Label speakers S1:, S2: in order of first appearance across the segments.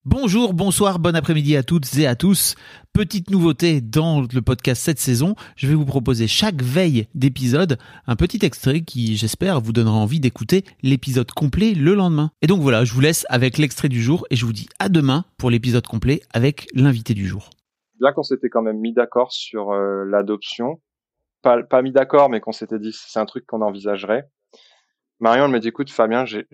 S1: Bonjour, bonsoir, bon après-midi à toutes et à tous. Petite nouveauté dans le podcast cette saison, je vais vous proposer chaque veille d'épisode un petit extrait qui, j'espère, vous donnera envie d'écouter l'épisode complet le lendemain. Et donc voilà, je vous laisse avec l'extrait du jour et je vous dis à demain pour l'épisode complet avec l'invité du jour.
S2: Bien qu'on s'était quand même mis d'accord sur l'adoption, pas mis d'accord, mais qu'on s'était dit c'est un truc qu'on envisagerait. Marion elle m'a dit écoute Fabien, j'ai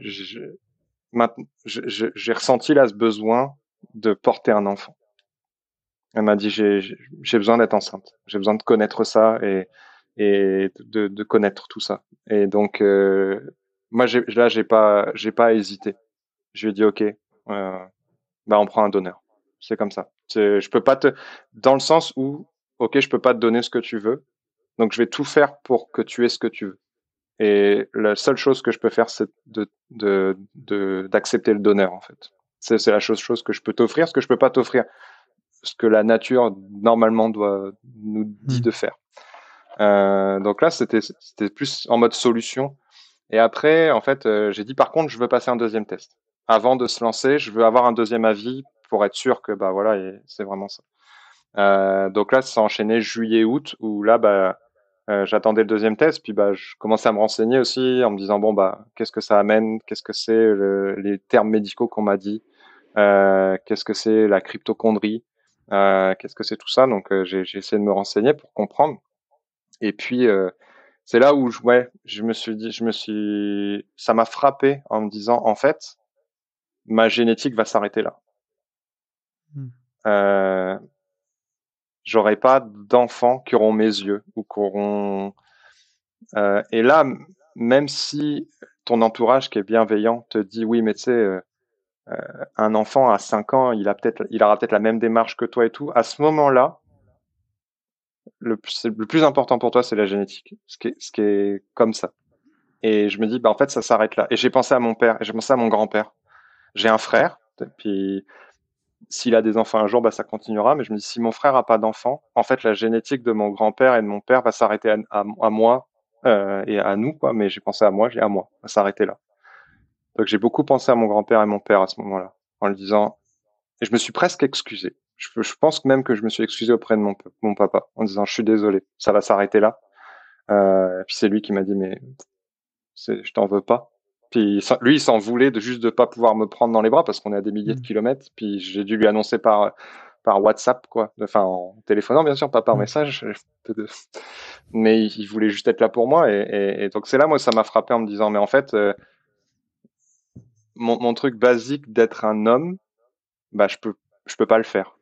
S2: ressenti là ce besoin de porter un enfant. Elle m'a dit j'ai besoin d'être enceinte, j'ai besoin de connaître ça et de connaître tout ça. Et donc moi j'ai pas hésité. Je lui ai dit ok, on prend un donneur. C'est comme ça. Je peux pas dans le sens où ok je peux pas te donner ce que tu veux, donc je vais tout faire pour que tu aies ce que tu veux. Et la seule chose que je peux faire, c'est d'accepter le donneur, en fait. C'est la chose que je peux t'offrir, ce que je peux pas t'offrir, ce que la nature, normalement, nous dit de faire. Donc là, c'était plus en mode solution. Et après, en fait, j'ai dit, par contre, je veux passer un deuxième test. Avant de se lancer, je veux avoir un deuxième avis pour être sûr que, voilà, c'est vraiment ça. Donc là, ça s'est enchaîné juillet-août, où là, j'attendais le deuxième test, puis je commençais à me renseigner aussi en me disant qu'est-ce que ça amène, qu'est-ce que c'est les termes médicaux qu'on m'a dit, qu'est-ce que c'est la cryptochondrie, qu'est-ce que c'est tout ça. Donc j'ai essayé de me renseigner pour comprendre. Et puis c'est là où ça m'a frappé en me disant en fait ma génétique va s'arrêter là. J'aurai pas d'enfants qui auront mes yeux ou qui auront et là, même si ton entourage qui est bienveillant te dit oui, mais tu sais, un enfant à 5 ans, il aura peut-être la même démarche que toi et tout. À ce moment-là, le plus important pour toi, c'est la génétique, ce qui est comme ça. Et je me dis, en fait, ça s'arrête là. Et j'ai pensé à mon père, et j'ai pensé à mon grand-père. J'ai un frère, puis s'il a des enfants un jour, ça continuera. Mais je me dis, si mon frère a pas d'enfants, en fait, la génétique de mon grand-père et de mon père va s'arrêter à moi. Et à nous, quoi, mais j'ai pensé à moi, à moi, à s'arrêter là. Donc j'ai beaucoup pensé à mon grand-père et mon père à ce moment-là, en le disant, et je me suis presque excusé. Je pense même que je me suis excusé auprès de mon papa, en disant, je suis désolé, ça va s'arrêter là. Et puis c'est lui qui m'a dit, mais je t'en veux pas. Puis lui, il s'en voulait de pas pouvoir me prendre dans les bras parce qu'on est à des milliers de kilomètres. Puis j'ai dû lui annoncer par WhatsApp, quoi. Enfin, en téléphonant, bien sûr, pas par message. Mais il voulait juste être là pour moi. Et donc, c'est là, moi, ça m'a frappé en me disant, mais en fait, mon truc basique d'être un homme, je peux pas le faire.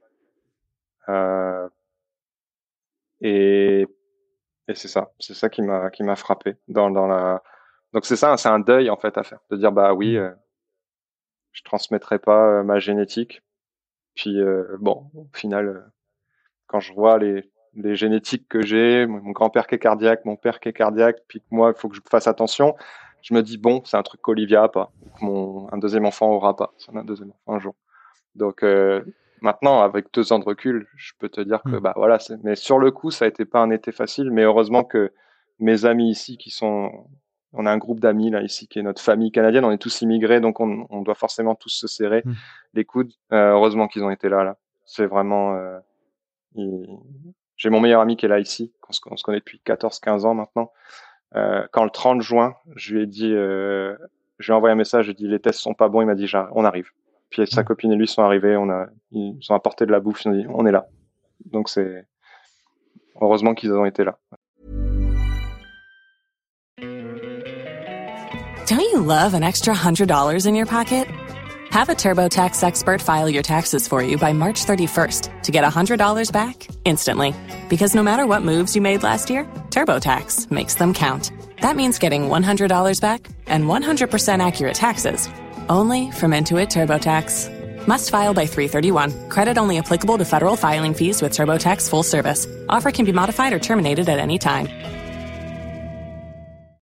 S2: Et c'est ça qui m'a frappé donc c'est ça, c'est un deuil, en fait, à faire. De dire, oui, je transmettrai pas ma génétique. Puis au final, quand je vois les génétiques que j'ai, mon grand-père qui est cardiaque, mon père qui est cardiaque, puis que moi, il faut que je fasse attention, je me dis c'est un truc qu'Olivia a pas, ou un deuxième enfant aura pas, si on a un deuxième enfant un jour. Donc maintenant, avec 2 ans de recul, je peux te dire que voilà, mais sur le coup, ça a été pas un été facile, mais heureusement que mes amis ici on a un groupe d'amis là ici qui est notre famille canadienne, on est tous immigrés, donc on doit forcément tous se serrer les coudes. Heureusement qu'ils ont été là. C'est vraiment j'ai mon meilleur ami qui est là ici, on se connaît depuis 14-15 ans maintenant. Quand le 30 juin, je lui ai dit, je lui ai envoyé un message, je lui ai dit les tests sont pas bons, il m'a dit on arrive. Puis sa copine et lui sont arrivés, ils ont apporté de la bouffe, ils ont dit on est là. Donc c'est heureusement qu'ils ont été là.
S3: Don't you love an extra $100 in your pocket? Have a TurboTax expert file your taxes for you by March 31st to get $100 back instantly. Because no matter what moves you made last year, TurboTax makes them count. That means getting $100 back and 100% accurate taxes, only from Intuit TurboTax. Must file by 3/31. Credit only applicable to federal filing fees with TurboTax full service. Offer can be modified or terminated at any time.